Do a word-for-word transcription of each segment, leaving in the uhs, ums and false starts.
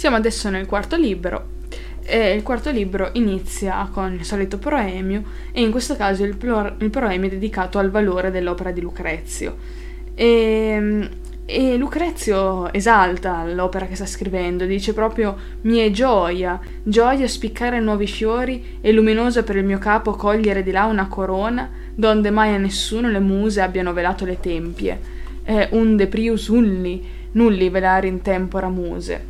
Siamo adesso nel quarto libro e il quarto libro inizia con il solito proemio e in questo caso il, pro- il proemio è dedicato al valore dell'opera di Lucrezio. E, e Lucrezio esalta l'opera che sta scrivendo, dice proprio: «Mi è gioia, gioia spiccare nuovi fiori e luminosa per il mio capo cogliere di là una corona, donde mai a nessuno le muse abbiano velato le tempie, eh, unde prius ulli, nulli velare in tempora muse».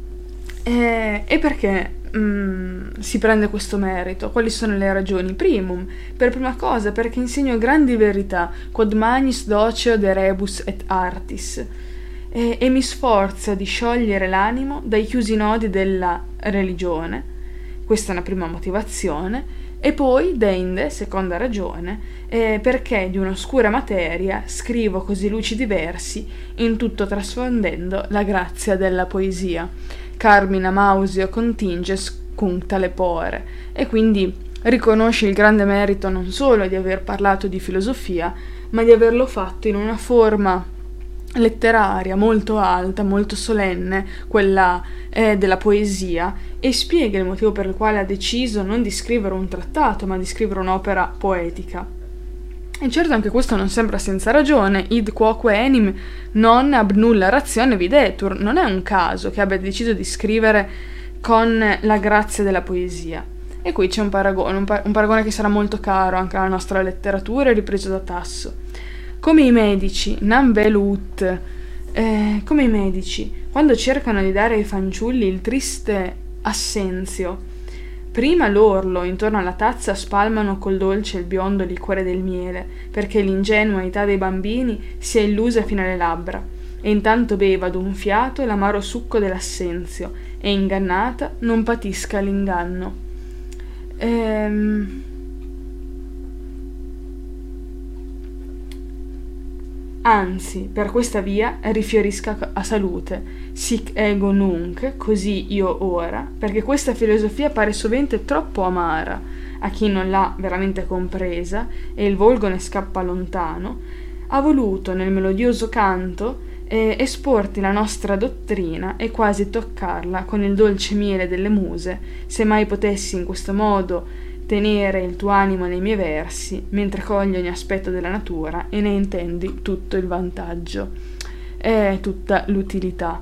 E, e perché mm, si prende questo merito? Quali sono le ragioni? Primum, per prima cosa, perché insegno grandi verità, quod magnis doceo de rebus et artis, e, e mi sforza di sciogliere l'animo dai chiusi nodi della religione. Questa è una prima motivazione. E poi, dende, seconda ragione, eh, perché di un'oscura materia scrivo così lucidi versi, in tutto trasfondendo la grazia della poesia. Carmina mausio continges cuncta lepore, e quindi riconosce il grande merito non solo di aver parlato di filosofia, ma di averlo fatto in una forma letteraria molto alta, molto solenne, quella eh, della poesia, e spiega il motivo per il quale ha deciso non di scrivere un trattato, ma di scrivere un'opera poetica. E certo anche questo non sembra senza ragione. Id quoque enim non ab nulla ratione videtur. Non è un caso che abbia deciso di scrivere con la grazia della poesia. E qui c'è un paragone, un, par- un paragone che sarà molto caro anche alla nostra letteratura, ripreso da Tasso. Come i medici, nam velut, eh, come i medici, quando cercano di dare ai fanciulli il triste assenzio, prima l'orlo intorno alla tazza spalmano col dolce il biondo liquore del miele, perché l'ingenua età dei bambini sia illusa fino alle labbra, e intanto beva d'un fiato l'amaro succo dell'assenzio, e ingannata non patisca l'inganno. Ehm... Anzi, per questa via rifiorisca a salute, sic ego nunc, così io ora, perché questa filosofia pare sovente troppo amara a chi non l'ha veramente compresa e il volgo ne scappa lontano, ha voluto nel melodioso canto eh, esporti la nostra dottrina e quasi toccarla con il dolce miele delle muse, se mai potessi in questo modo tenere il tuo animo nei miei versi, mentre cogli ogni aspetto della natura e ne intendi tutto il vantaggio e tutta l'utilità.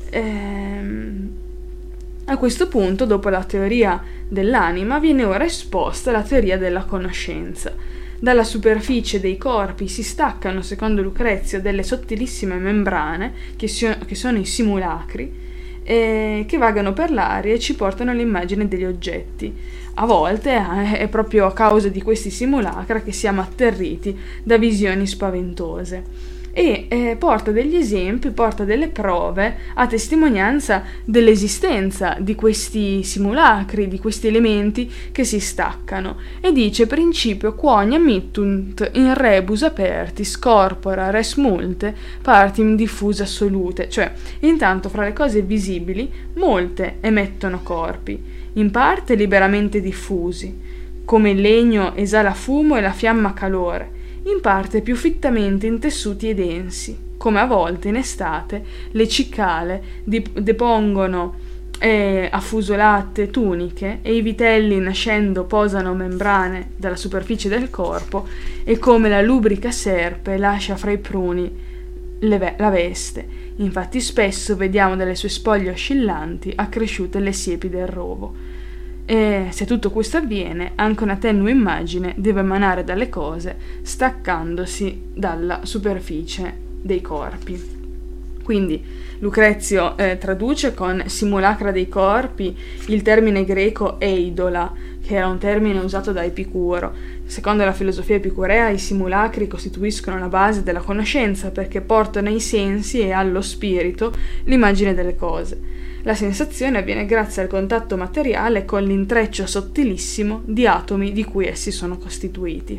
Ehm, a questo punto, dopo la teoria dell'anima, viene ora esposta la teoria della conoscenza. Dalla superficie dei corpi si staccano, secondo Lucrezio, delle sottilissime membrane, che, si- che sono i simulacri, eh, che vagano per l'aria e ci portano all'immagine degli oggetti. A volte eh, è proprio a causa di questi simulacra che siamo atterriti da visioni spaventose. E eh, porta degli esempi, porta delle prove a testimonianza dell'esistenza di questi simulacri, di questi elementi che si staccano, e dice: principio quonia mittunt in rebus apertis corpora res multe partim diffusa solute, cioè intanto fra le cose visibili molte emettono corpi, in parte liberamente diffusi, come il legno esala fumo e la fiamma calore, in parte più fittamente intessuti e densi, come a volte in estate le cicale dip- depongono eh, affusolate tuniche e i vitelli nascendo posano membrane dalla superficie del corpo, e come la lubrica serpe lascia fra i pruni le ve- la veste. Infatti spesso vediamo dalle sue spoglie oscillanti accresciute le siepi del rovo. E se tutto questo avviene, anche una tenue immagine deve emanare dalle cose, staccandosi dalla superficie dei corpi. Quindi Lucrezio eh, traduce con simulacra dei corpi il termine greco eidola, che era un termine usato da Epicuro. Secondo la filosofia epicurea, i simulacri costituiscono la base della conoscenza, perché portano ai sensi e allo spirito l'immagine delle cose. La sensazione avviene grazie al contatto materiale con l'intreccio sottilissimo di atomi di cui essi sono costituiti.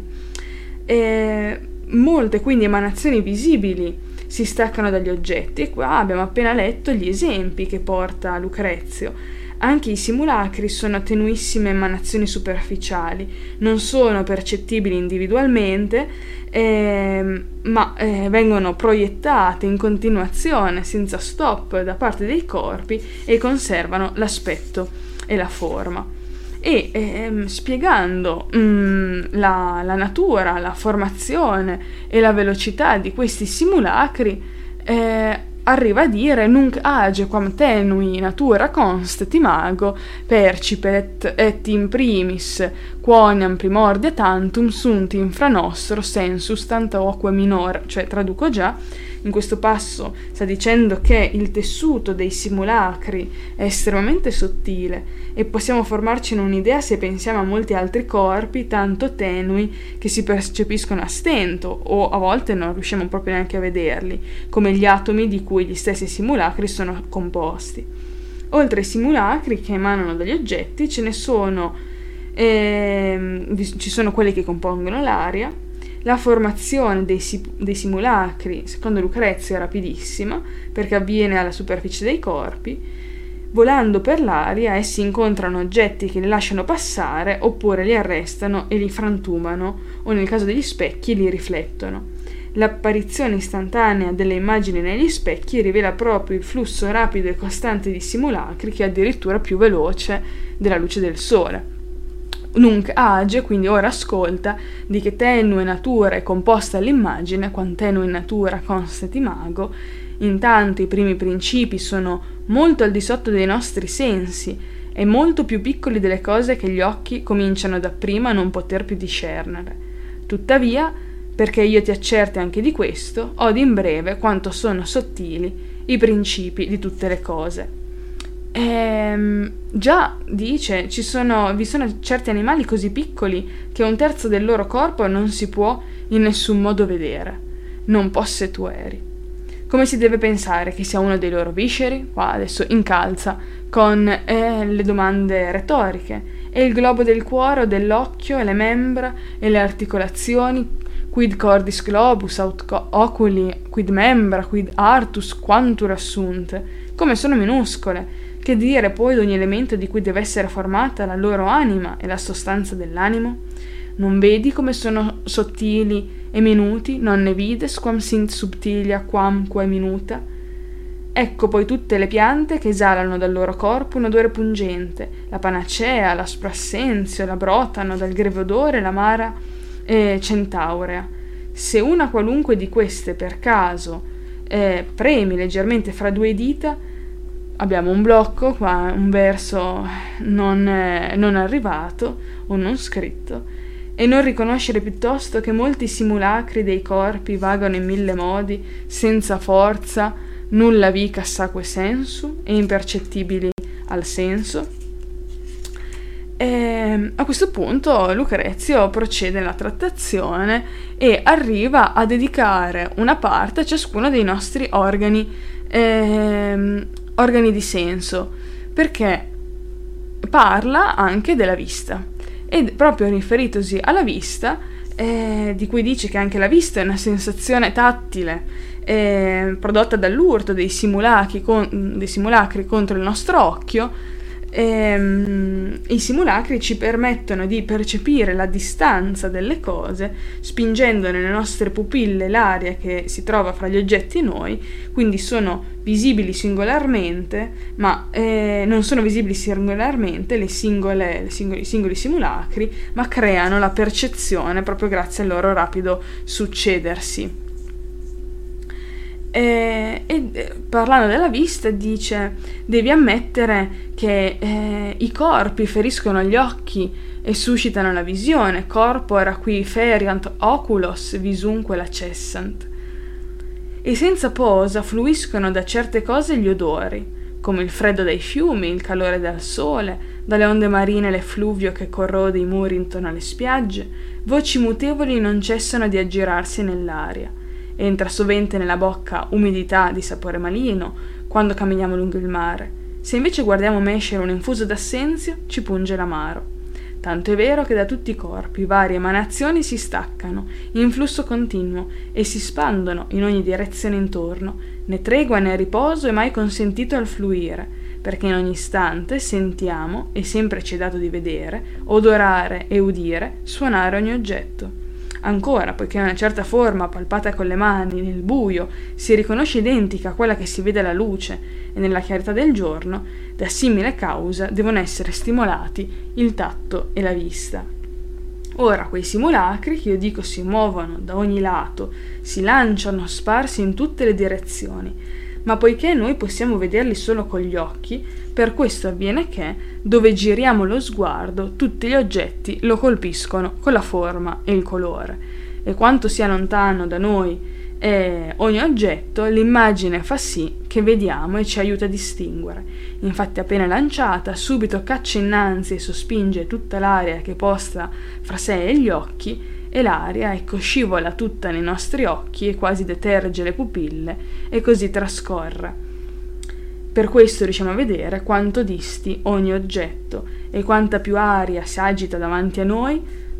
E molte quindi emanazioni visibili si staccano dagli oggetti, e qua abbiamo appena letto gli esempi che porta Lucrezio. Anche i simulacri sono tenuissime emanazioni superficiali, non sono percettibili individualmente, eh, ma eh, vengono proiettate in continuazione, senza stop, da parte dei corpi e conservano l'aspetto e la forma. E ehm, spiegando mh, la, la natura, la formazione e la velocità di questi simulacri, eh, arriva a dire nunc age quam tenui natura constet imago percipet et in primis quoniam primordia tantum sunt infra nostro sensus tantaoque minor. Cioè, traduco già, in questo passo sta dicendo che il tessuto dei simulacri è estremamente sottile e possiamo formarcene un'idea se pensiamo a molti altri corpi tanto tenui che si percepiscono a stento o a volte non riusciamo proprio neanche a vederli, come gli atomi di cui gli stessi simulacri sono composti. Oltre ai simulacri che emanano dagli oggetti, ce ne sono, ehm, ci sono quelli che compongono l'aria. La formazione dei, si- dei simulacri, secondo Lucrezio, è rapidissima perché avviene alla superficie dei corpi. Volando per l'aria, essi incontrano oggetti che li lasciano passare oppure li arrestano e li frantumano o, nel caso degli specchi, li riflettono. L'apparizione istantanea delle immagini negli specchi rivela proprio il flusso rapido e costante di simulacri, che è addirittura più veloce della luce del sole. Nunc age, quindi ora ascolta, di che tenue natura è composta l'immagine, quam tenue natura constet imago. Intanto i primi principi sono molto al di sotto dei nostri sensi e molto più piccoli delle cose che gli occhi cominciano dapprima a non poter più discernere. Tuttavia, perché io ti accerti anche di questo, odi in breve quanto sono sottili i principi di tutte le cose. Ehm, già dice, ci sono, vi sono certi animali così piccoli che un terzo del loro corpo non si può in nessun modo vedere, non possetueri. Come si deve pensare che sia uno dei loro visceri? Qua adesso incalza con eh, le domande retoriche. E il globo del cuore o dell'occhio e le membra e le articolazioni, quid cordis globus aut oculi, quid membra, quid artus, quantur assunte, come sono minuscole. Che dire poi d'ogni elemento di cui deve essere formata la loro anima e la sostanza dell'animo? Non vedi come sono sottili e minuti? Non ne vides quam sint subtilia quamque minuta? Ecco poi tutte le piante che esalano dal loro corpo un odore pungente, la panacea, la sprassenzio, la brotano dal greve odore, l'amara eh, centaurea. Se una qualunque di queste per caso eh, premi leggermente fra due dita, abbiamo un blocco qua, un verso non, eh, non arrivato o non scritto, e non riconoscere piuttosto che molti simulacri dei corpi vagano in mille modi, senza forza, nulla vica saque sensu, e impercettibili al senso. E a questo punto Lucrezio procede nella trattazione e arriva a dedicare una parte a ciascuno dei nostri organi ehm, organi di senso, perché parla anche della vista, ed proprio riferitosi alla vista, eh, di cui dice che anche la vista è una sensazione tattile eh, prodotta dall'urto dei simulacri, con, dei simulacri contro il nostro occhio. Ehm, i simulacri ci permettono di percepire la distanza delle cose, spingendo nelle nostre pupille l'aria che si trova fra gli oggetti e noi, quindi sono visibili singolarmente, ma eh, non sono visibili singolarmente le singole, le singoli, i singoli simulacri, ma creano la percezione proprio grazie al loro rapido succedersi. E, e parlando della vista dice: devi ammettere che eh, i corpi feriscono gli occhi e suscitano la visione, corpora qui feriant oculos visunque lacessant, e senza posa fluiscono da certe cose gli odori, come il freddo dai fiumi, il calore dal sole, dalle onde marine l'effluvio che corrode i muri intorno alle spiagge. Voci mutevoli non cessano di aggirarsi nell'aria. Entra sovente nella bocca umidità di sapore malino quando camminiamo lungo il mare. Se invece guardiamo mescere un infuso d'assenzio, ci punge l'amaro. Tanto è vero che da tutti i corpi varie emanazioni si staccano in flusso continuo e si spandono in ogni direzione intorno, né tregua né riposo è mai consentito al fluire, perché in ogni istante sentiamo, e sempre ci è dato di vedere, odorare e udire, suonare ogni oggetto. Ancora, poiché una certa forma palpata con le mani nel buio si riconosce identica a quella che si vede alla luce e nella chiarezza del giorno, da simile causa devono essere stimolati il tatto e la vista. Ora, quei simulacri, che io dico si muovono da ogni lato, si lanciano sparsi in tutte le direzioni, ma poiché noi possiamo vederli solo con gli occhi, per questo avviene che, dove giriamo lo sguardo, tutti gli oggetti lo colpiscono con la forma e il colore. E quanto sia lontano da noi eh, ogni oggetto, l'immagine fa sì che vediamo e ci aiuta a distinguere. Infatti, appena lanciata, subito caccia innanzi e sospinge tutta l'aria che posta fra sé e gli occhi, e l'aria, ecco, scivola tutta nei nostri occhi e quasi deterge le pupille, e così trascorre. Per questo riusciamo a vedere quanto disti ogni oggetto e quanta più aria si agita davanti a noi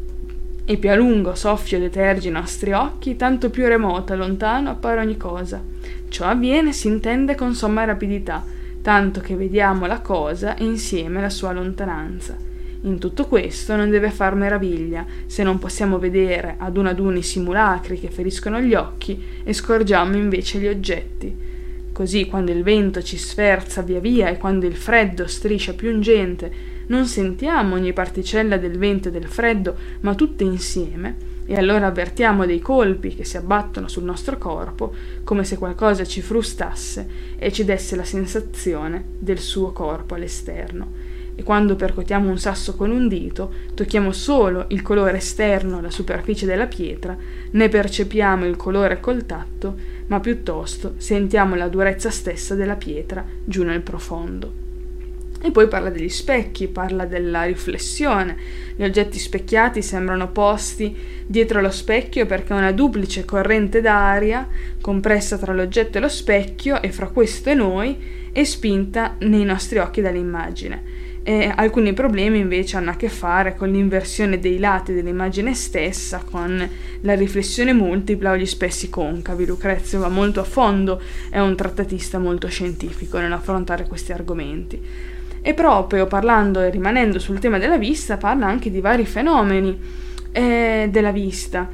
e più a lungo soffio deterge i nostri occhi, tanto più remota e lontano appare ogni cosa. Ciò avviene, si intende, con somma rapidità, tanto che vediamo la cosa e insieme la sua lontananza. In tutto questo non deve far meraviglia se non possiamo vedere ad uno ad uno i simulacri che feriscono gli occhi e scorgiamo invece gli oggetti. Così, quando il vento ci sferza via via e quando il freddo striscia piungente, non sentiamo ogni particella del vento e del freddo, ma tutte insieme, e allora avvertiamo dei colpi che si abbattono sul nostro corpo, come se qualcosa ci frustasse e ci desse la sensazione del suo corpo all'esterno. E quando percotiamo un sasso con un dito, tocchiamo solo il colore esterno alla superficie della pietra, ne percepiamo il colore col tatto, ma piuttosto sentiamo la durezza stessa della pietra giù nel profondo. E poi parla degli specchi, parla della riflessione. Gli oggetti specchiati sembrano posti dietro lo specchio perché una duplice corrente d'aria compressa tra l'oggetto e lo specchio, e fra questo e noi, è spinta nei nostri occhi dall'immagine. E alcuni problemi invece hanno a che fare con l'inversione dei lati dell'immagine stessa, con la riflessione multipla o gli spessi concavi. Lucrezio va molto a fondo, è un trattatista molto scientifico nell'affrontare questi argomenti. E proprio parlando e rimanendo sul tema della vista, parla anche di vari fenomeni eh, della vista.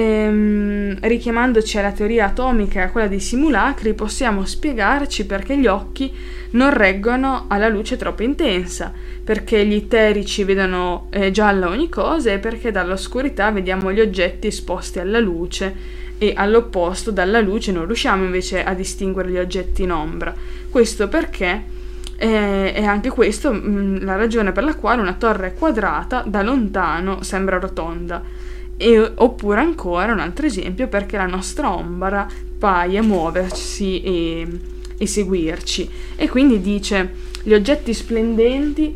Ehm, richiamandoci alla teoria atomica e a quella dei simulacri, possiamo spiegarci perché gli occhi non reggono alla luce troppo intensa, perché gli itterici vedono eh, gialla ogni cosa e perché dall'oscurità vediamo gli oggetti esposti alla luce, e all'opposto dalla luce non riusciamo invece a distinguere gli oggetti in ombra. Questo perché eh, è anche questo mh, la ragione per la quale una torre quadrata da lontano sembra rotonda. E, oppure ancora un altro esempio, perché la nostra ombra paia muoversi e, e seguirci. E quindi dice: gli oggetti splendenti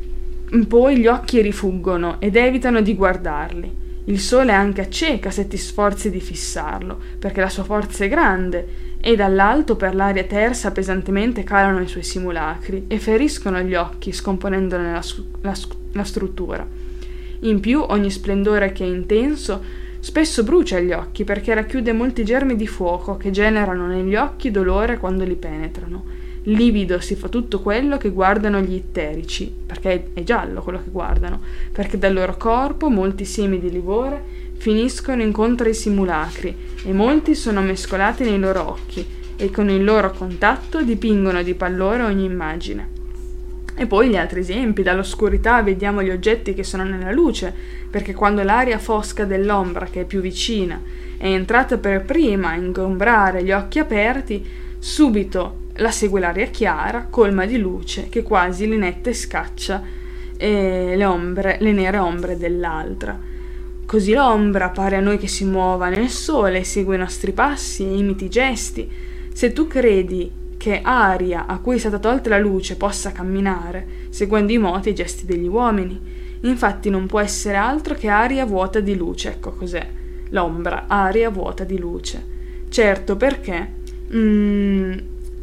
poi gli occhi rifuggono ed evitano di guardarli. Il sole anche acceca se ti sforzi di fissarlo, perché la sua forza è grande, e dall'alto per l'aria tersa pesantemente calano i suoi simulacri e feriscono gli occhi, scomponendone la, la, la struttura. In più, ogni splendore che è intenso spesso brucia gli occhi, perché racchiude molti germi di fuoco che generano negli occhi dolore quando li penetrano. Livido si fa tutto quello che guardano gli itterici, perché è giallo quello che guardano, perché dal loro corpo molti semi di livore finiscono incontro ai simulacri, e molti sono mescolati nei loro occhi, e con il loro contatto dipingono di pallore ogni immagine. E poi gli altri esempi: dall'oscurità vediamo gli oggetti che sono nella luce, perché quando l'aria fosca dell'ombra, che è più vicina, è entrata per prima a ingombrare gli occhi aperti, subito la segue l'aria chiara, colma di luce, che quasi linetta e scaccia eh, le ombre, le nere ombre dell'altra. Così l'ombra pare a noi che si muova nel sole, segue i nostri passi e imiti i gesti. Se tu credi che aria a cui è stata tolta la luce possa camminare, seguendo i moti e i gesti degli uomini, infatti non può essere altro che aria vuota di luce. Ecco cos'è l'ombra: aria vuota di luce. Certo, perché mm,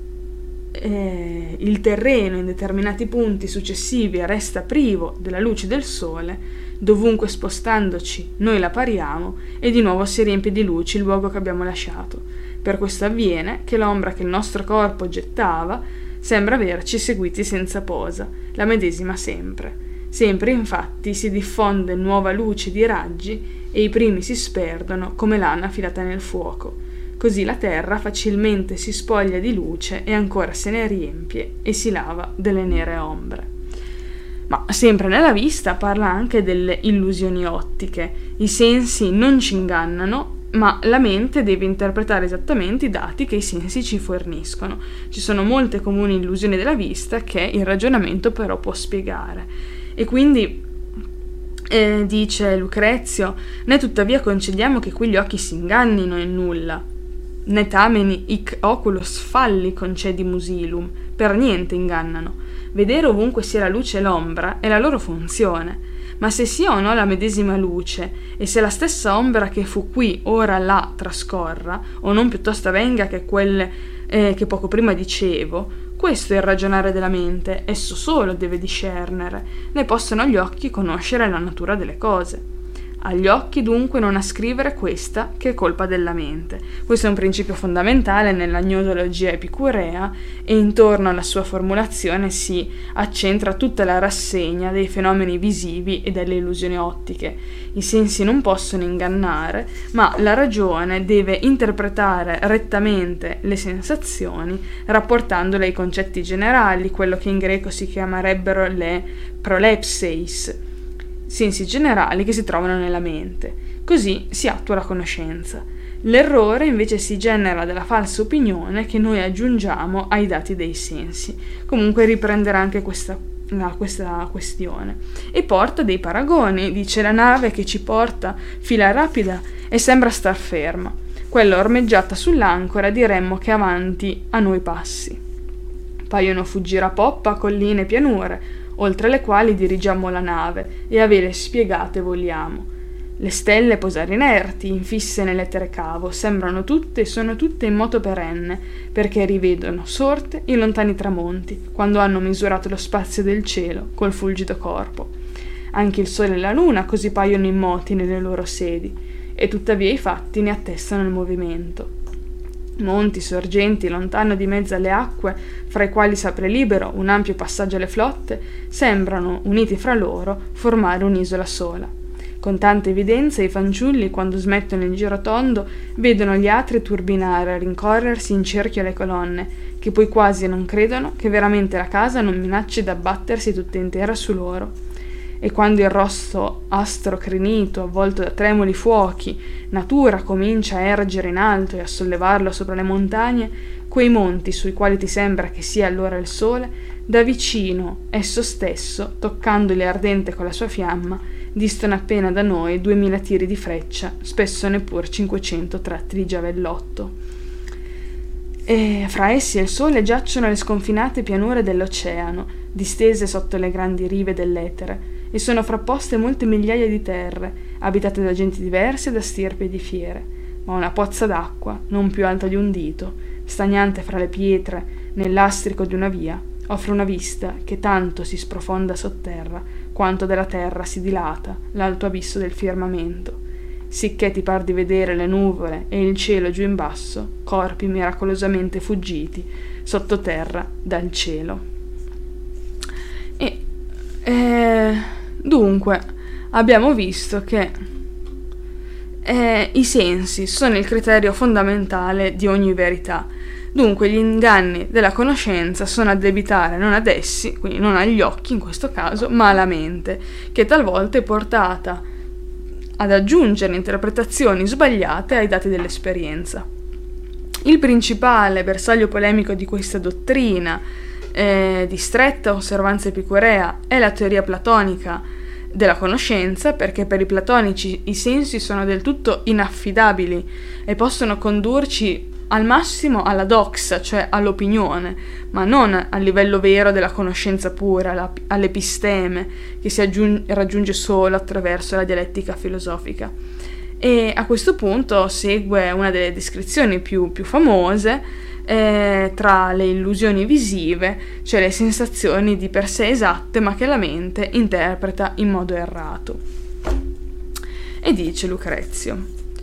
eh, il terreno in determinati punti successivi resta privo della luce del sole, dovunque spostandoci noi la pariamo, e di nuovo si riempie di luce il luogo che abbiamo lasciato. Per questo avviene che l'ombra che il nostro corpo gettava sembra averci seguiti senza posa, la medesima sempre. Sempre infatti si diffonde nuova luce di raggi e i primi si sperdono come lana filata nel fuoco. Così la terra facilmente si spoglia di luce e ancora se ne riempie e si lava delle nere ombre. Ma sempre nella vista parla anche delle illusioni ottiche. I sensi non ci ingannano, ma la mente deve interpretare esattamente i dati che i sensi ci forniscono. Ci sono molte comuni illusioni della vista che il ragionamento però può spiegare. E quindi eh, dice Lucrezio: né tuttavia concediamo che qui gli occhi si ingannino in nulla, né tameni hic oculos falli concedimus ilum, per niente ingannano. Vedere ovunque sia la luce e l'ombra è la loro funzione, ma se sia o no la medesima luce, e se la stessa ombra che fu qui ora là trascorra, o non piuttosto avvenga che quelle eh, che poco prima dicevo, questo è il ragionare della mente, esso solo deve discernere, né possono gli occhi conoscere la natura delle cose. Agli occhi dunque non ascrivere questa che è colpa della mente. Questo è un principio fondamentale nella gnosologia epicurea e intorno alla sua formulazione si accentra tutta la rassegna dei fenomeni visivi e delle illusioni ottiche. I sensi non possono ingannare, ma la ragione deve interpretare rettamente le sensazioni rapportandole ai concetti generali, quello che in greco si chiamerebbero le prolepseis, sensi generali che si trovano nella mente. Così si attua la conoscenza. L'errore invece si genera dalla falsa opinione che noi aggiungiamo ai dati dei sensi. Comunque riprenderà anche questa, la, questa questione. E porta dei paragoni. Dice: la nave che ci porta fila rapida e sembra star ferma. Quella ormeggiata sull'ancora diremmo che avanti a noi passi. Paiono fuggire a poppa colline e pianure, oltre le quali dirigiamo la nave e a vele spiegate voliamo. Le stelle posare inerti, infisse nell'etere cavo, sembrano tutte e sono tutte in moto perenne, perché rivedono sorte i lontani tramonti, quando hanno misurato lo spazio del cielo col fulgido corpo. Anche il sole e la luna così paiono immoti nelle loro sedi, e tuttavia i fatti ne attestano il movimento. Monti sorgenti lontano di mezzo alle acque, fra i quali s'apre libero un ampio passaggio alle flotte, sembrano, uniti fra loro, formare un'isola sola. Con tanta evidenza i fanciulli, quando smettono il giro tondo, vedono gli atri turbinare, rincorrersi in cerchio alle colonne, che poi quasi non credono che veramente la casa non minacci d'abbattersi tutta intera su loro. E quando il rosso astro crinito, avvolto da tremoli fuochi, natura comincia a ergere in alto e a sollevarlo sopra le montagne, quei monti sui quali ti sembra che sia allora il sole, da vicino esso stesso, toccandoli ardente con la sua fiamma, distano appena da noi duemila tiri di freccia, spesso neppur cinquecento tratti di giavellotto. E fra essi e il sole giacciono le sconfinate pianure dell'oceano, distese sotto le grandi rive dell'etere, e sono frapposte molte migliaia di terre, abitate da genti diverse e da stirpi e di fiere, ma una pozza d'acqua, non più alta di un dito, stagnante fra le pietre, nell'astrico di una via, offre una vista che tanto si sprofonda sotterra, quanto della terra si dilata l'alto abisso del firmamento, sicché ti par di vedere le nuvole e il cielo giù in basso, corpi miracolosamente fuggiti sottoterra dal cielo. E eh, dunque abbiamo visto che eh, i sensi sono il criterio fondamentale di ogni verità. Dunque gli inganni della conoscenza sono addebitare non ad essi, quindi non agli occhi in questo caso, ma alla mente, che talvolta è portata ad aggiungere interpretazioni sbagliate ai dati dell'esperienza. Il principale bersaglio polemico di questa dottrina eh, di stretta osservanza epicurea è la teoria platonica della conoscenza, perché per i platonici i sensi sono del tutto inaffidabili e possono condurci al massimo alla doxa, cioè all'opinione, ma non al livello vero della conoscenza pura, all'episteme, che si aggiunge, raggiunge solo attraverso la dialettica filosofica. E a questo punto segue una delle descrizioni più, più famose eh, tra le illusioni visive, cioè le sensazioni di per sé esatte ma che la mente interpreta in modo errato. E dice Lucrezio: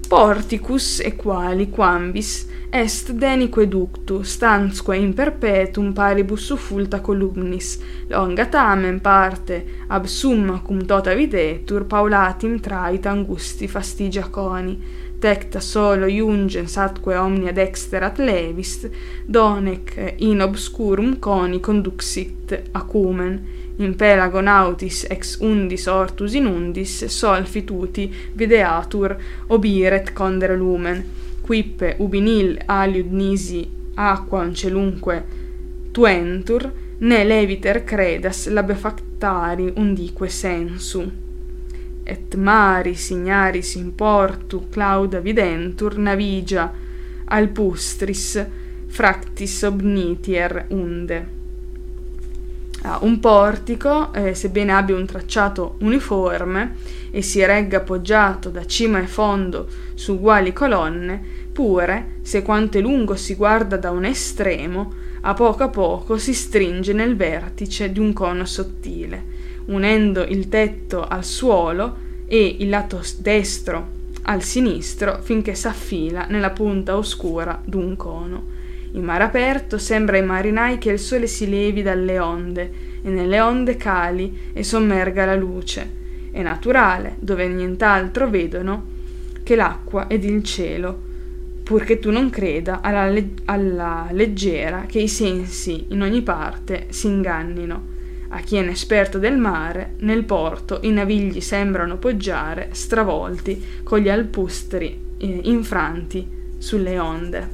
Porticus equali quambis est denique ductu stansque in perpetuum paribus suffulta columnis longa tamen parte ab summa cum tota videtur paulatim trait angusti fastigia coni tecta solo iungens atque omnia dexterat levist donec in obscurum coni conduxit acumen in pelago nautis ex undis ortus in undis solfi tuti videatur obiret condere lumen quippe ubi nil aliud nisi aqua celunque tuentur ne leviter credas labefactari undique sensu et maris ignaris in portu clauda videntur navigia alpustris fractis obnitier unde. Ah, un portico, eh, sebbene abbia un tracciato uniforme e si regga appoggiato da cima e fondo su uguali colonne, pure, se quanto è lungo si guarda da un estremo, a poco a poco si stringe nel vertice di un cono sottile, unendo il tetto al suolo e il lato destro al sinistro finché s'affila nella punta oscura d'un cono. In mare aperto sembra ai marinai che il sole si levi dalle onde e nelle onde cali e sommerga la luce. È naturale, dove nient'altro vedono, che l'acqua ed il cielo, purché tu non creda alla, le- alla leggera che i sensi in ogni parte si ingannino. A chi è inesperto del mare, nel porto i navigli sembrano poggiare, stravolti, con gli alpustri eh, infranti sulle onde.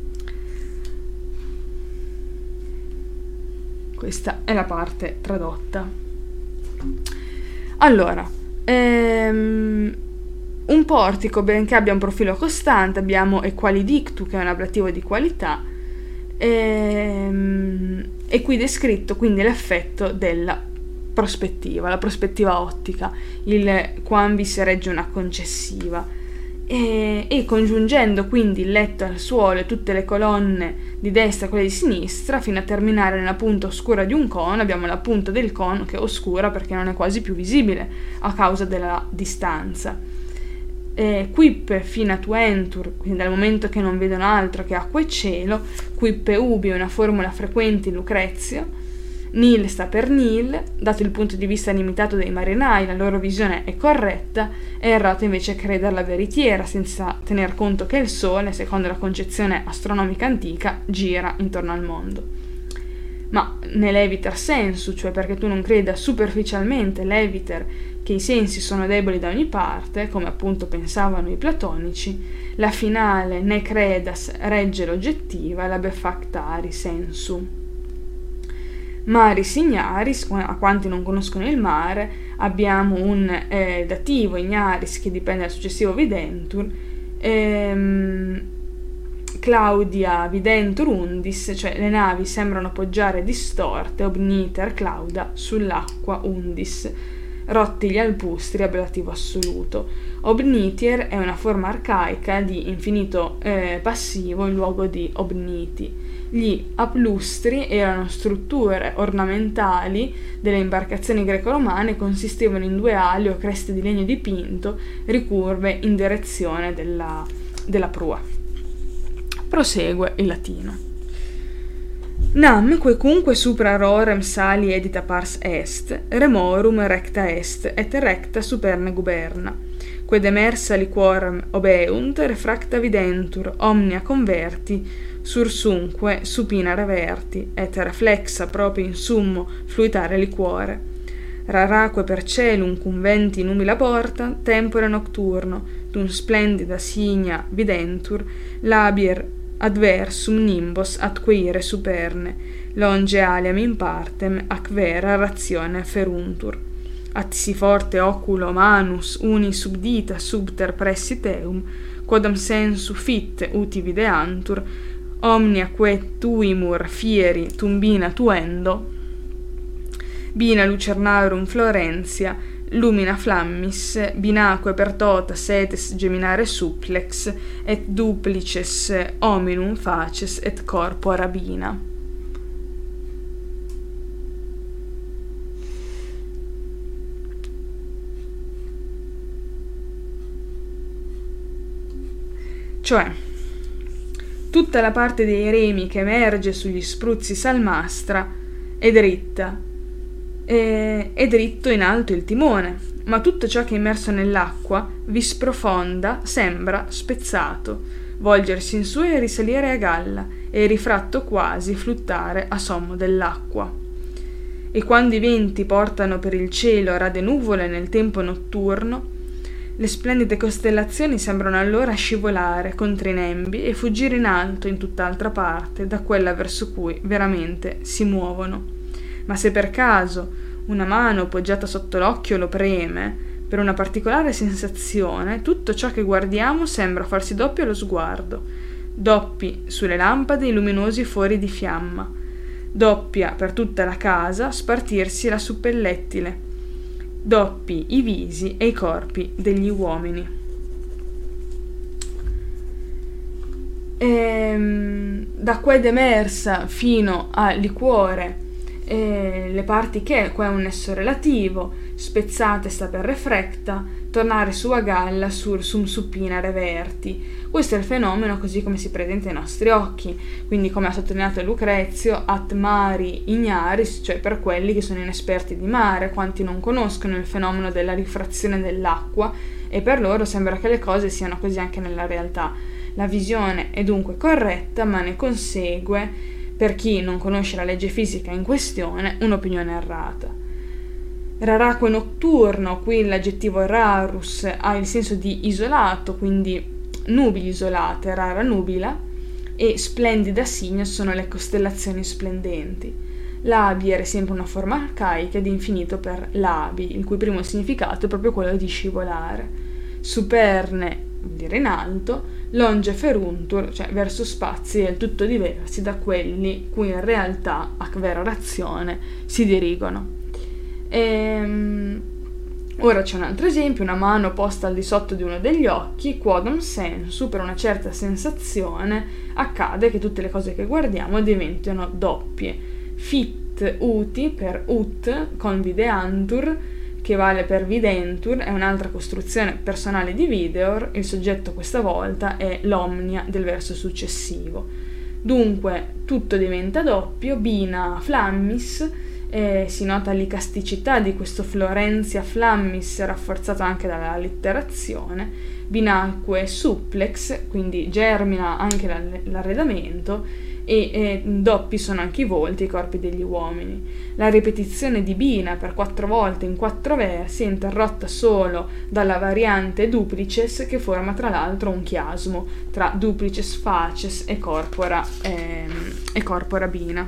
Questa è la parte tradotta. Allora, ehm, un portico, benché abbia un profilo costante, abbiamo equalidictu, che è un ablativo di qualità, ehm, e qui descritto quindi l'effetto della prospettiva, la prospettiva ottica, il quambis regge una concessiva. E, e congiungendo quindi il letto al suolo e tutte le colonne di destra e quelle di sinistra fino a terminare nella punta oscura di un cono, abbiamo la punta del cono che è oscura perché non è quasi più visibile a causa della distanza. E quippe fina tuentur, quindi dal momento che non vedono altro che acqua e cielo, quippe ubi è una formula frequente in Lucrezio, nil sta per nil, dato il punto di vista limitato dei marinai, la loro visione è corretta, è errato invece crederla veritiera, senza tener conto che il Sole, secondo la concezione astronomica antica, gira intorno al mondo. Ma ne leviter sensu, cioè perché tu non creda superficialmente, leviter, che i sensi sono deboli da ogni parte, come appunto pensavano i platonici, la finale ne credas regge l'oggettiva, la befactari sensu. Maris ignaris, a quanti non conoscono il mare, abbiamo un eh, dativo ignaris che dipende dal successivo videntur, ehm, Claudia videntur undis, cioè le navi sembrano poggiare distorte, obniter clauda, sull'acqua undis, rotti gli alpustri, ablativo assoluto. Obnitier è una forma arcaica di infinito eh, passivo in luogo di obniti. Gli aplustri erano strutture ornamentali delle imbarcazioni greco-romane e consistevano in due ali o creste di legno dipinto ricurve in direzione della, della prua. Prosegue il latino. Nam quecunque supra rorem sali edita pars est, remorum recta est, et recta superne guberna. Qued emersa liquorem obeunt, refracta videntur, omnia converti, sursunque supina reverti, et reflexa proprio in summo fluitare liquore. Raraque per celum cum venti numila porta, tempore nocturno, d'un splendida signa videntur, labier adversum nimbos atqueire superne, longe aliam in partem ac vera ratione feruntur. At si forte oculo manus uni subdita subter pressiteum, quodam sensu fit uti videantur, omnia quae tuimur fieri tumbina tuendo, bina lucernarum Florentia, lumina flammis, binaque per tota setes geminare supplex, et duplices hominum faces et corpora bina. Cioè, tutta la parte dei remi che emerge sugli spruzzi salmastra è dritta, e, è dritto in alto il timone, ma tutto ciò che è immerso nell'acqua vi sprofonda, sembra spezzato, volgersi in su e risalire a galla, e rifratto quasi fluttare a sommo dell'acqua. E quando i venti portano per il cielo rade nuvole nel tempo notturno, le splendide costellazioni sembrano allora scivolare contro i nembi e fuggire in alto in tutt'altra parte da quella verso cui veramente si muovono. Ma se per caso una mano poggiata sotto l'occhio lo preme, per una particolare sensazione, tutto ciò che guardiamo sembra farsi doppio allo sguardo, doppi sulle lampade i luminosi fori di fiamma, doppia per tutta la casa spartirsi la suppellettile, doppi i visi e i corpi degli uomini. E, da qued emersa fino al liquore, e le parti che, qua è un nesso relativo, spezzate sta per refrecta, tornare su a galla sur sum supina reverti. Questo è il fenomeno così come si presenta ai nostri occhi, quindi come ha sottolineato Lucrezio, at mari ignaris, cioè per quelli che sono inesperti di mare, quanti non conoscono il fenomeno della rifrazione dell'acqua, e per loro sembra che le cose siano così anche nella realtà. La visione è dunque corretta, ma ne consegue, per chi non conosce la legge fisica in questione, un'opinione errata. Raraque notturno, qui l'aggettivo rarus ha il senso di isolato, quindi nubili isolate, rara nubila, e splendida signa sono le costellazioni splendenti. Labier è sempre una forma arcaica di infinito per labi, il cui primo significato è proprio quello di scivolare. Superne, vuol dire in alto, longe feruntur, cioè verso spazi del tutto diversi da quelli cui in realtà, a vera razione, si dirigono. Ehm, ora c'è un altro esempio, una mano posta al di sotto di uno degli occhi, quodam sensu, per una certa sensazione, accade che tutte le cose che guardiamo diventino doppie. Fit uti per ut, con videantur, che vale per videntur, è un'altra costruzione personale di videor, il soggetto questa volta è l'omnia del verso successivo. Dunque tutto diventa doppio, bina flammis, eh, si nota l'icasticità di questo Florentia flammis rafforzato anche dalla allitterazione, binacque supplex, quindi germina anche l'arredamento, e eh, doppi sono anche i volti, i corpi degli uomini. La ripetizione di bina per quattro volte in quattro versi è interrotta solo dalla variante duplices, che forma tra l'altro un chiasmo tra duplices facies e corpora, ehm, e corpora bina.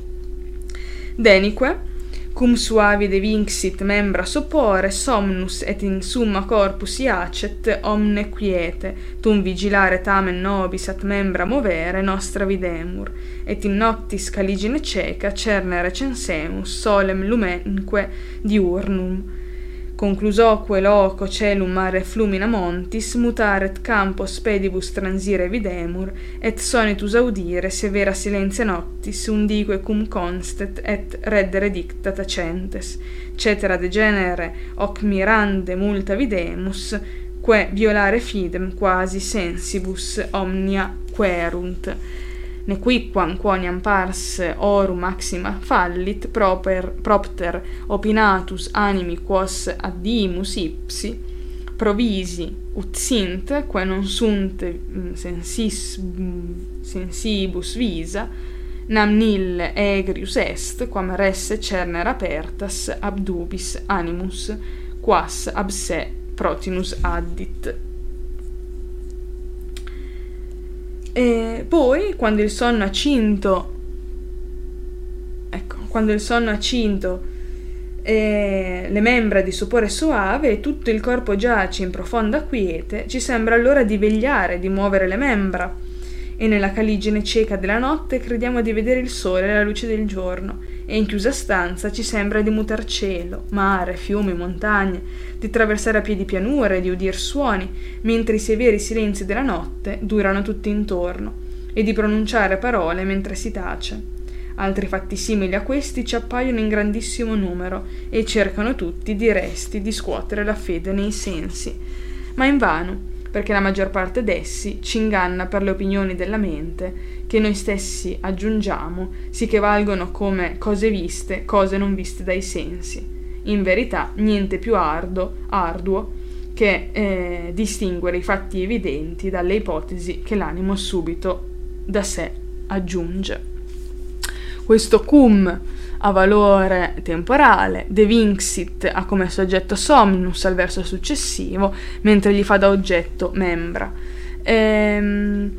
Denique cum suavide vinxit membra sopore, somnus et in summa corpus iacet, omne quiete, tum vigilare tamen nobis at membra movere, nostra videmur, et in noctis caligine ceca cernere censemus, solem lumenque diurnum. Conclusoque loco celum mare flumina montis, mutaret campos pedibus transire videmur, et sonitus audire severa silentia noctis, undique cum constet et reddere dicta tacentes, cetera de genere hoc mirande multa videmus, que violare fidem quasi sensibus omnia querunt. Nequicquam quoniam pars orum maxima fallit, proper, propter opinatus animi quos addimus ipsi, provisi ut sint, que non sunt sensis, sensibus visa, nam nil egrius est, quam resse cerner apertas abdubis animus, quas ab se protinus addit. E poi, quando il sonno ha cinto, ecco, quando il sonno ha cinto e le membra di sopore soave e tutto il corpo giace in profonda quiete, ci sembra allora di vegliare, di muovere le membra, e nella caligine cieca della notte crediamo di vedere il sole e la luce del giorno, e in chiusa stanza ci sembra di mutar cielo, mare, fiumi, montagne, di traversare a piedi pianure, di udir suoni, mentre i severi silenzi della notte durano tutti intorno, e di pronunciare parole mentre si tace. Altri fatti simili a questi ci appaiono in grandissimo numero, e cercano tutti, diresti, di scuotere la fede nei sensi. Ma invano, perché la maggior parte d'essi ci inganna per le opinioni della mente che noi stessi aggiungiamo, sì che valgono come cose viste, cose non viste dai sensi. In verità niente più ardo, arduo che eh, distinguere i fatti evidenti dalle ipotesi che l'animo subito da sé aggiunge. Questo cum ha valore temporale, de vinxit ha come soggetto somnus al verso successivo, mentre gli fa da oggetto membra. Ehm,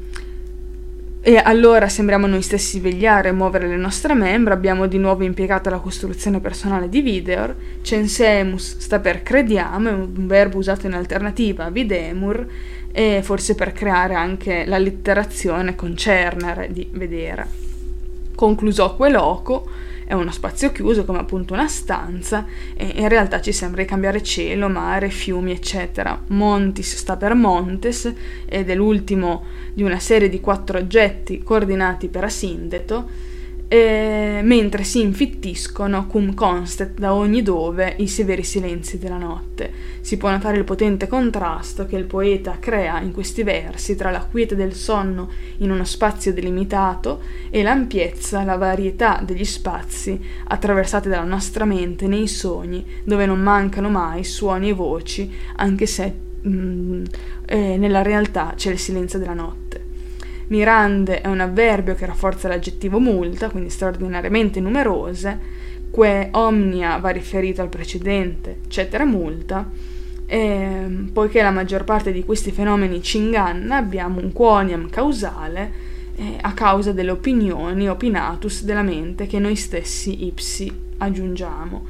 e allora sembriamo noi stessi vegliare e muovere le nostre membra. Abbiamo di nuovo impiegato la costruzione personale di videor. Censemus sta per crediamo, è un verbo usato in alternativa a videmur, e forse per creare anche l'allitterazione concernere di vedere. Conclusoque loco è uno spazio chiuso come appunto una stanza, e in realtà ci sembra di cambiare cielo, mare, fiumi eccetera. Montis sta per montes ed è l'ultimo di una serie di quattro oggetti coordinati per asindeto, e mentre si infittiscono cum constet da ogni dove i severi silenzi della notte. Si può notare il potente contrasto che il poeta crea in questi versi tra la quiete del sonno in uno spazio delimitato e l'ampiezza, la varietà degli spazi attraversati dalla nostra mente nei sogni, dove non mancano mai suoni e voci, anche se mm, eh, nella realtà c'è il silenzio della notte. Mirande è un avverbio che rafforza l'aggettivo multa, quindi straordinariamente numerose. Que omnia va riferito al precedente, cetere multa. E, poiché la maggior parte di questi fenomeni ci inganna, abbiamo un quoniam causale eh, a causa delle opinioni, opinatus della mente che noi stessi ipsi aggiungiamo.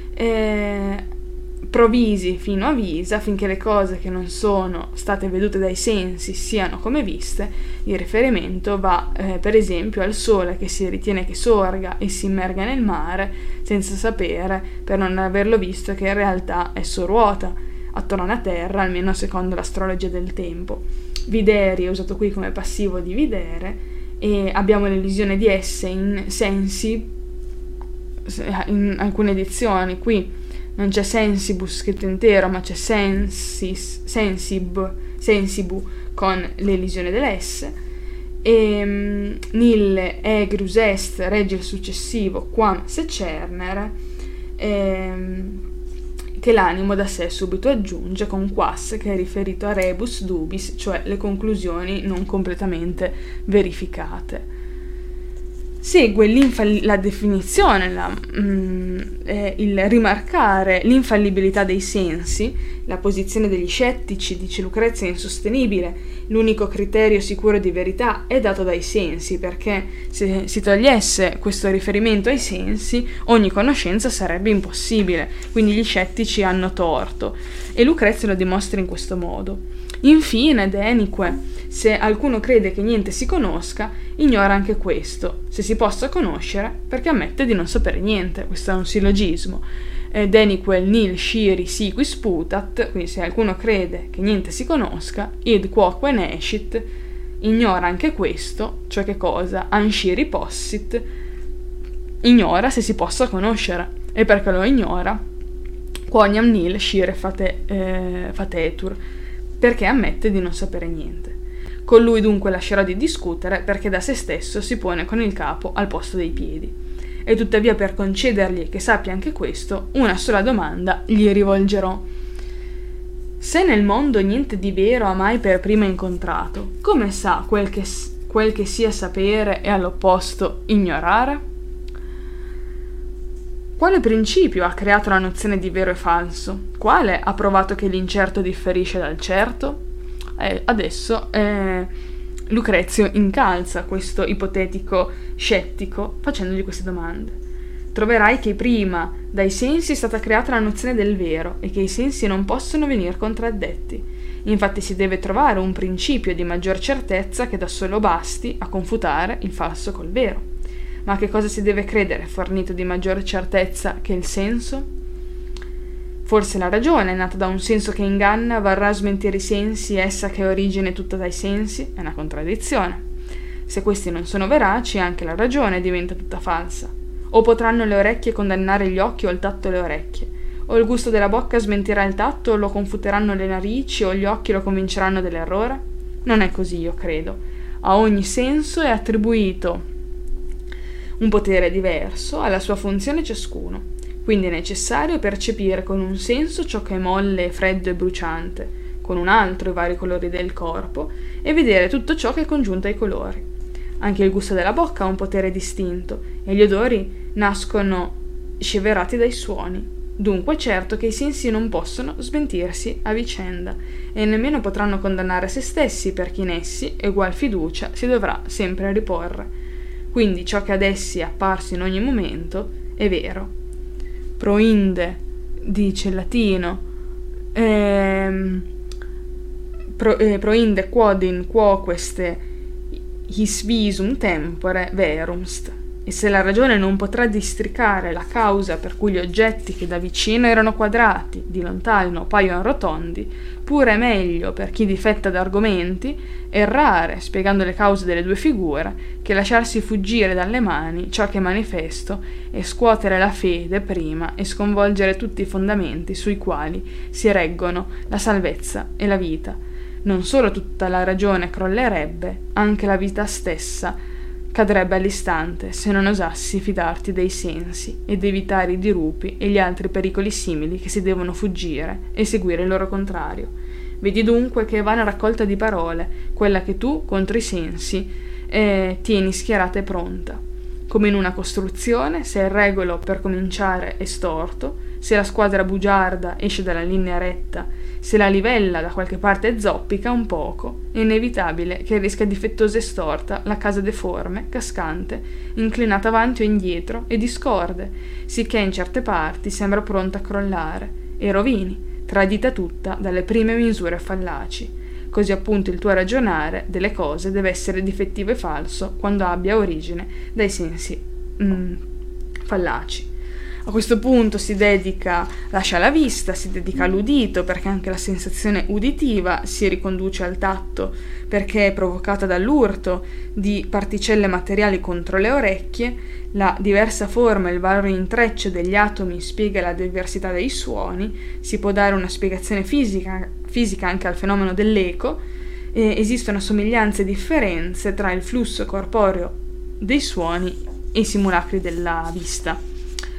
E, provisi fino a visa, finché le cose che non sono state vedute dai sensi siano come viste. Il riferimento va eh, per esempio al sole che si ritiene che sorga e si immerga nel mare senza sapere, per non averlo visto, che in realtà esso ruota attorno alla terra, almeno secondo l'astrologia del tempo. Videri è usato qui come passivo di videre, e abbiamo l'illusione di esse in sensi in alcune edizioni. Qui non c'è sensibus scritto intero, ma c'è sensis, sensib, sensibu con l'elisione dell'S. E um, nille egrus est regge il successivo quam secernere, ehm, che l'animo da sé subito aggiunge con quas, che è riferito a rebus dubis, cioè le conclusioni non completamente verificate. Segue la definizione, la, mm, eh, il rimarcare l'infallibilità dei sensi. La posizione degli scettici, dice Lucrezia, è insostenibile. L'unico criterio sicuro di verità è dato dai sensi, perché se si togliesse questo riferimento ai sensi, ogni conoscenza sarebbe impossibile. Quindi gli scettici hanno torto, e Lucrezia lo dimostra in questo modo. Infine, denique, se alcuno crede che niente si conosca, ignora anche questo, se si possa conoscere, perché ammette di non sapere niente. Questo è un sillogismo. Eh, denique nil sciri si quis putat, quindi se qualcuno crede che niente si conosca, id quoque nescit, ignora anche questo, cioè che cosa? Ansciri possit, ignora se si possa conoscere, e perché lo ignora, quoniam nil scire fate, eh, fatetur, perché ammette di non sapere niente. Con lui dunque lascerò di discutere, perché da se stesso si pone con il capo al posto dei piedi. E tuttavia, per concedergli che sappia anche questo, una sola domanda gli rivolgerò. Se nel mondo niente di vero ha mai per prima incontrato, come sa quel che, quel che sia sapere e all'opposto ignorare? Quale principio ha creato la nozione di vero e falso? Quale ha provato che l'incerto differisce dal certo? Eh, adesso eh, Lucrezio incalza questo ipotetico scettico facendogli queste domande. Troverai che prima dai sensi è stata creata la nozione del vero e che i sensi non possono venire contraddetti. Infatti si deve trovare un principio di maggior certezza che da solo basti a confutare il falso col vero. Ma a che cosa si deve credere fornito di maggior certezza che il senso? Forse la ragione, nata da un senso che inganna, varrà a smentire i sensi, essa che è origine tutta dai sensi? È una contraddizione. Se questi non sono veraci, anche la ragione diventa tutta falsa. O potranno le orecchie condannare gli occhi o il tatto le orecchie, O il gusto della bocca smentirà il tatto, o lo confuteranno le narici, o gli occhi lo convinceranno dell'errore? Non è così, io credo. A ogni senso è attribuito un potere diverso alla sua funzione ciascuno. Quindi è necessario percepire con un senso ciò che è molle, freddo e bruciante, con un altro i vari colori del corpo, e vedere tutto ciò che è congiunto ai colori. Anche il gusto della bocca ha un potere distinto, e gli odori nascono sceverati dai suoni. Dunque è certo che i sensi non possono smentirsi a vicenda, e nemmeno potranno condannare se stessi, perché in essi egual fiducia si dovrà sempre riporre. Quindi ciò che ad essi è apparso in ogni momento è vero. Proinde, dice il latino, ehm, pro, eh, proinde quod in quoqueste his visum tempore verumst. E se la ragione non potrà districare la causa per cui gli oggetti che da vicino erano quadrati, di lontano paiono rotondi, pure è meglio per chi difetta d'argomenti errare spiegando le cause delle due figure che lasciarsi fuggire dalle mani ciò che è manifesto e scuotere la fede prima e sconvolgere tutti i fondamenti sui quali si reggono la salvezza e la vita. Non solo tutta la ragione crollerebbe, anche la vita stessa cadrebbe all'istante se non osassi fidarti dei sensi ed evitare i dirupi e gli altri pericoli simili che si devono fuggire e seguire il loro contrario. Vedi dunque che è vana raccolta di parole quella che tu contro i sensi eh, tieni schierata e pronta. Come in una costruzione, se il regolo per cominciare è storto, se la squadra bugiarda esce dalla linea retta, se la livella da qualche parte zoppica un poco, è inevitabile che rischia difettosa e storta la casa deforme, cascante, inclinata avanti o indietro e discorde, sicché in certe parti sembra pronta a crollare, e rovini, tradita tutta dalle prime misure fallaci. Così appunto il tuo ragionare delle cose deve essere difettivo e falso quando abbia origine dai sensi mm, fallaci. A questo punto si dedica, lascia la vista, si dedica all'udito, perché anche la sensazione uditiva si riconduce al tatto, perché è provocata dall'urto di particelle materiali contro le orecchie. La diversa forma e il vario intreccio degli atomi spiega la diversità dei suoni. Si può dare una spiegazione fisica, fisica anche al fenomeno dell'eco. E esistono somiglianze e differenze tra il flusso corporeo dei suoni e i simulacri della vista.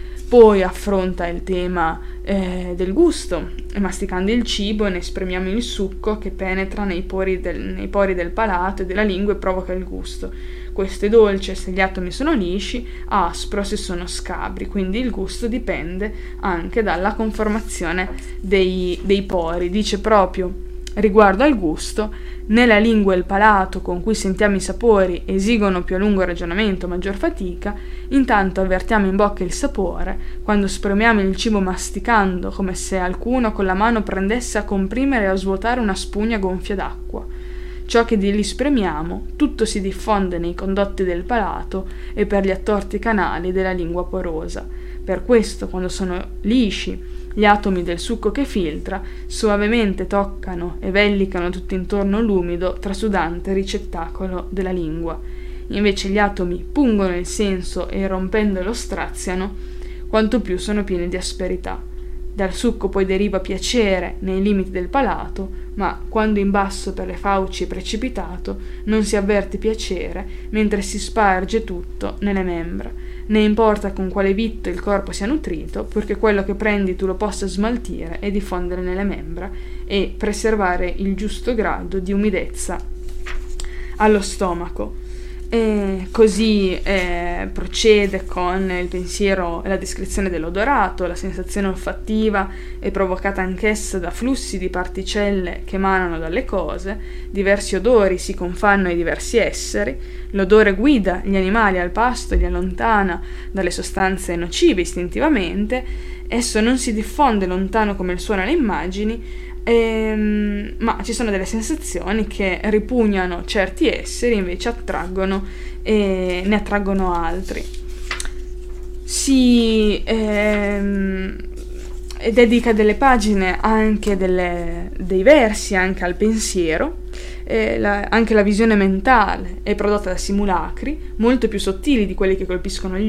Poi affronta il tema eh, del gusto, e masticando il cibo ne esprimiamo il succo che penetra nei pori, del, nei pori del palato e della lingua e provoca il gusto. Questo è dolce se gli atomi sono lisci, aspro se sono scabri, quindi il gusto dipende anche dalla conformazione dei, dei pori. Dice proprio riguardo al gusto, né la lingua e il palato con cui sentiamo i sapori esigono più a lungo ragionamento, maggior fatica, intanto avvertiamo in bocca il sapore, quando spremiamo il cibo masticando, come se alcuno con la mano prendesse a comprimere e a svuotare una spugna gonfia d'acqua. Ciò che di lì spremiamo, tutto si diffonde nei condotti del palato e per gli attorti canali della lingua porosa. Per questo, quando sono lisci, gli atomi del succo che filtra suavemente toccano e vellicano tutto intorno l'umido, trasudante ricettacolo della lingua. Invece gli atomi pungono il senso e rompendolo straziano, quanto più sono pieni di asperità. Dal succo poi deriva piacere nei limiti del palato, ma quando in basso per le fauci è precipitato non si avverte piacere, mentre si sparge tutto nelle membra. Ne importa con quale vitto il corpo sia nutrito, purché quello che prendi tu lo possa smaltire e diffondere nelle membra e preservare il giusto grado di umidezza allo stomaco. E così eh, procede con il pensiero e la descrizione dell'odorato. La sensazione olfattiva è provocata anch'essa da flussi di particelle che emanano dalle cose. Diversi odori si confanno ai diversi esseri. L'odore guida gli animali al pasto e li allontana dalle sostanze nocive istintivamente. Esso non si diffonde lontano come il suono alle immagini, Ehm, ma ci sono delle sensazioni che ripugnano certi esseri, invece attraggono e ne attraggono altri. Si ehm, dedica delle pagine anche delle, dei versi anche al pensiero. Eh, la, anche la visione mentale è prodotta da simulacri molto più sottili di quelli che colpiscono gli occhi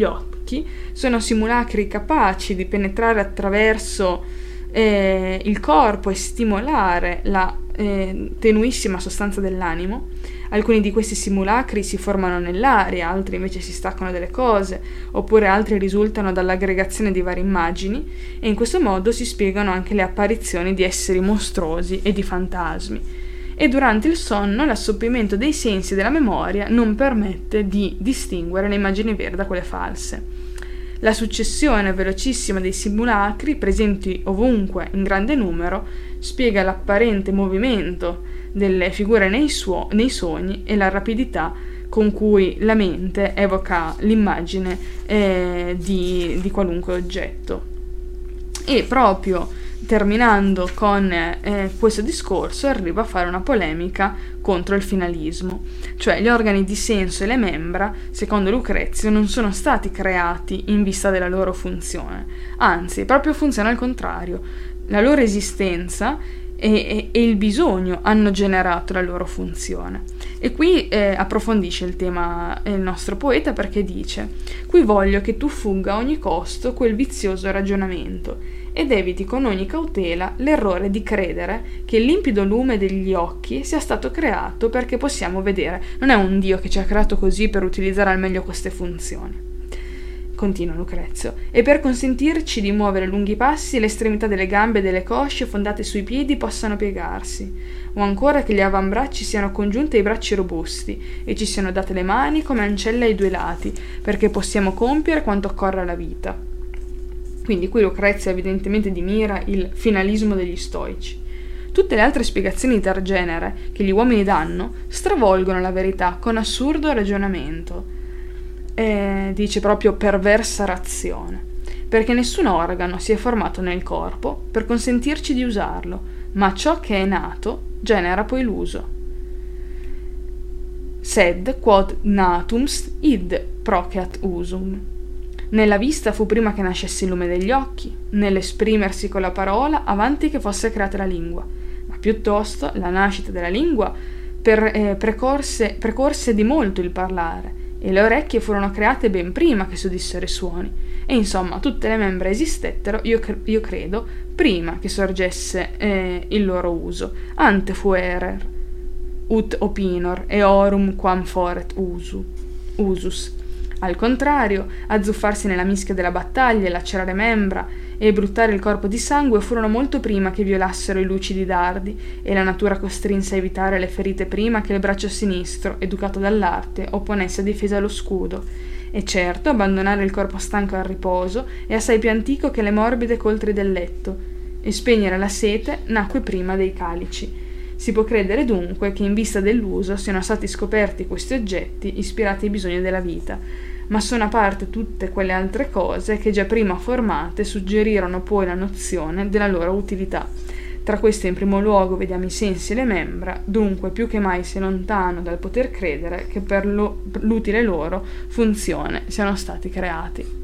occhi sono simulacri capaci di penetrare attraverso eh, il corpo e stimolare la eh, tenuissima sostanza dell'animo. Alcuni di questi simulacri si formano nell'aria, altri invece si staccano delle cose, oppure altri risultano dall'aggregazione di varie immagini, e in questo modo si spiegano anche le apparizioni di esseri mostruosi e di fantasmi. E durante il sonno l'assorbimento dei sensi e della memoria non permette di distinguere le immagini vere da quelle false. La successione velocissima dei simulacri, presenti ovunque in grande numero, spiega l'apparente movimento delle figure nei, suo- nei sogni e la rapidità con cui la mente evoca l'immagine eh, di, di qualunque oggetto. E proprio terminando con eh, questo discorso arriva a fare una polemica contro il finalismo, cioè gli organi di senso e le membra, secondo Lucrezio, non sono stati creati in vista della loro funzione, anzi proprio funziona al contrario. La loro esistenza e, e, e il bisogno hanno generato la loro funzione. E qui eh, approfondisce il tema eh, il nostro poeta, perché dice: qui voglio che tu fugga a ogni costo quel vizioso ragionamento ed eviti con ogni cautela l'errore di credere che il limpido lume degli occhi sia stato creato perché possiamo vedere. Non è un Dio che ci ha creato così per utilizzare al meglio queste funzioni. Continua Lucrezio: e per consentirci di muovere lunghi passi le estremità delle gambe e delle cosce fondate sui piedi possano piegarsi, o ancora che gli avambracci siano congiunti ai bracci robusti e ci siano date le mani come ancelle ai due lati, perché possiamo compiere quanto occorre alla vita. Quindi qui Lucrezio evidentemente dimira il finalismo degli stoici. Tutte le altre spiegazioni di tal genere che gli uomini danno stravolgono la verità con assurdo ragionamento. E dice proprio perversa razione, perché nessun organo si è formato nel corpo per consentirci di usarlo, ma ciò che è nato genera poi l'uso. Sed quod natums id proceat usum. Nella vista fu prima che nascesse il lume degli occhi, nell'esprimersi con la parola avanti che fosse creata la lingua, ma piuttosto la nascita della lingua per, eh, precorse, precorse di molto il parlare, e le orecchie furono create ben prima che s'udissero i suoni, e insomma tutte le membra esistettero, io, cre- io credo, prima che sorgesse eh, il loro uso, ante fuerer, ut opinor, eorum quam foret usu, usus. Al contrario, azzuffarsi nella mischia della battaglia, lacerare membra e bruttare il corpo di sangue furono molto prima che violassero i lucidi dardi, e la natura costrinse a evitare le ferite prima che il braccio sinistro, educato dall'arte, opponesse a difesa allo scudo. E certo, abbandonare il corpo stanco al riposo è assai più antico che le morbide coltri del letto, e spegnere la sete nacque prima dei calici. Si può credere dunque che in vista dell'uso siano stati scoperti questi oggetti ispirati ai bisogni della vita, ma sono a parte tutte quelle altre cose che già prima formate suggerirono poi la nozione della loro utilità. Tra queste in primo luogo vediamo i sensi e le membra, dunque più che mai si è lontano dal poter credere che per lo, l'utile loro funzione siano stati creati.